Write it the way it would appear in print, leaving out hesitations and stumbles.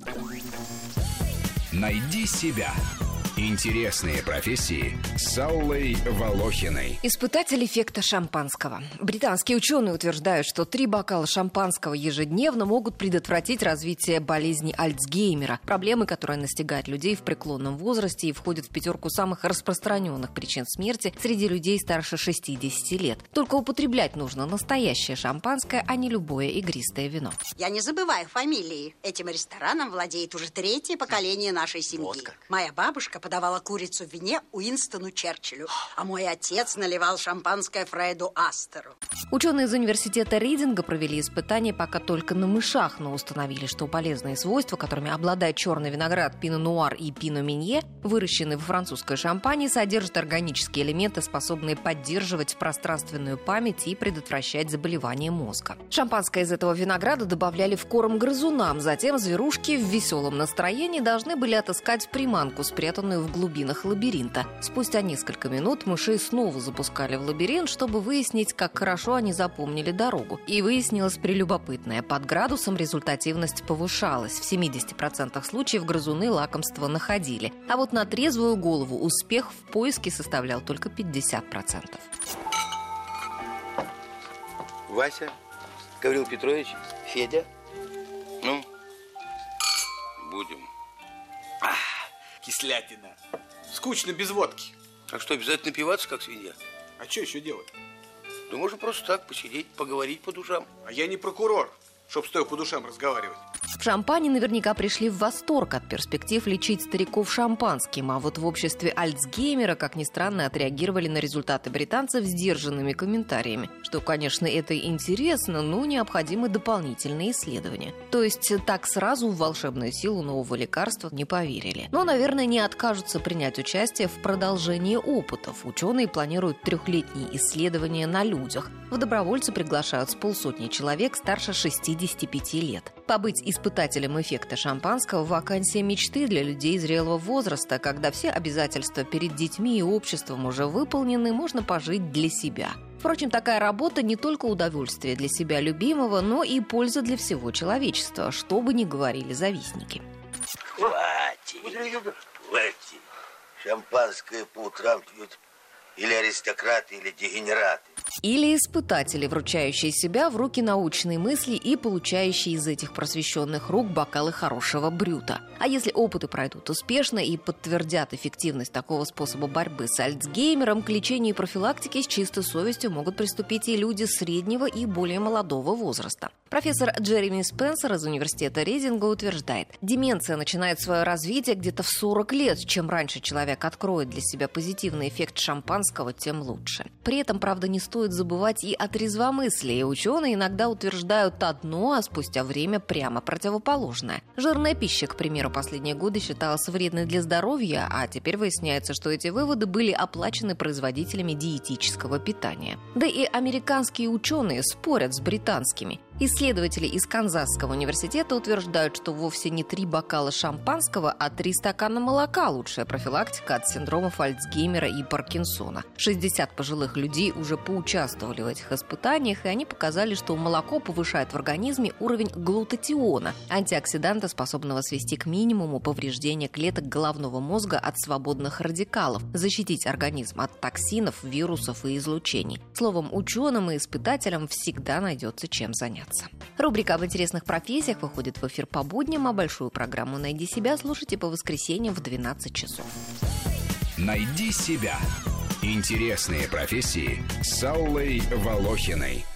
Найди себя. Интересные профессии с Аллой Волохиной. Испытатель эффекта шампанского. Британские ученые утверждают, что 3 бокала шампанского ежедневно могут предотвратить развитие болезни Альцгеймера, проблемы, которая настигает людей в преклонном возрасте и входит в 5 самых распространенных причин смерти среди людей старше 60 лет. Только употреблять нужно настоящее шампанское, а не любое игристое вино. Я не забываю фамилии. Этим рестораном владеет уже 3-е поколение нашей семьи. Вот как. Моя бабушка подавала курицу в вине Уинстону Черчиллю, а мой отец наливал шампанское Фреду Астеру. Ученые из университета Ридинга провели испытания пока только на мышах, но установили, что полезные свойства, которыми обладает черный виноград Пино Нуар и Пино Минье, выращенные во французской Шампании, содержат органические элементы, способные поддерживать пространственную память и предотвращать заболевания мозга. Шампанское из этого винограда добавляли в корм грызунам, затем зверушки в веселом настроении должны были отыскать приманку, спрятанную в глубинах лабиринта. Спустя несколько минут мышей снова запускали в лабиринт, чтобы выяснить, как хорошо они запомнили дорогу. И выяснилось прелюбопытное. Под градусом результативность повышалась. В 70% случаев грызуны лакомство находили. А вот на трезвую голову успех в поиске составлял только 50%. Вася, Гаврил Петрович, Федя. Ну, будем. Кислятина. Скучно без водки. А что, обязательно напиваться, как свинья? А что еще делать? Да можно просто так посидеть, поговорить по душам. А я не прокурор, чтоб стоя по душам разговаривать. В Шампани наверняка пришли в восторг от перспектив лечить стариков шампанским, а вот в обществе Альцгеймера, как ни странно, отреагировали на результаты британцев сдержанными комментариями. Что, конечно, это интересно, но необходимы дополнительные исследования. То есть так сразу в волшебную силу нового лекарства не поверили. Но, наверное, не откажутся принять участие в продолжении опытов. Ученые планируют 3-летние исследования на людях. В добровольцы приглашают с 50 человек старше 65 лет. Побыть испытателем эффекта шампанского – вакансия мечты для людей зрелого возраста, когда все обязательства перед детьми и обществом уже выполнены, можно пожить для себя. Впрочем, такая работа не только удовольствие для себя любимого, но и польза для всего человечества, что бы ни говорили завистники. Хватит. Шампанское по утрам пьют или аристократы, или дегенераты. Или испытатели, вручающие себя в руки научной мысли и получающие из этих просвещенных рук бокалы хорошего брюта. А если опыты пройдут успешно и подтвердят эффективность такого способа борьбы с Альцгеймером, к лечению и профилактике с чистой совестью могут приступить и люди среднего и более молодого возраста. Профессор Джереми Спенсер из университета Ридинга утверждает, деменция начинает свое развитие где-то в 40 лет. Чем раньше человек откроет для себя позитивный эффект шампанского, тем лучше. При этом, правда, не стоит забывать и о трезвомыслии. Ученые иногда утверждают одно, а спустя время прямо противоположное. Жирная пища, к примеру, последние годы считалась вредной для здоровья, а теперь выясняется, что эти выводы были оплачены производителями диетического питания. Да и американские ученые спорят с британскими. Исследователи из Канзасского университета утверждают, что вовсе не 3 бокала шампанского, а 3 стакана молока – лучшая профилактика от синдромов Альцгеймера и Паркинсона. 60 пожилых людей уже поучаствовали в этих испытаниях, и они показали, что молоко повышает в организме уровень глутатиона – антиоксиданта, способного свести к минимуму повреждения клеток головного мозга от свободных радикалов, защитить организм от токсинов, вирусов и излучений. Словом, ученым и испытателям всегда найдется чем заняться. Рубрика об интересных профессиях выходит в эфир по будням, а большую программу «Найди себя» слушайте по воскресеньям в 12 часов. Найди себя. Интересные профессии с Аллой Волохиной.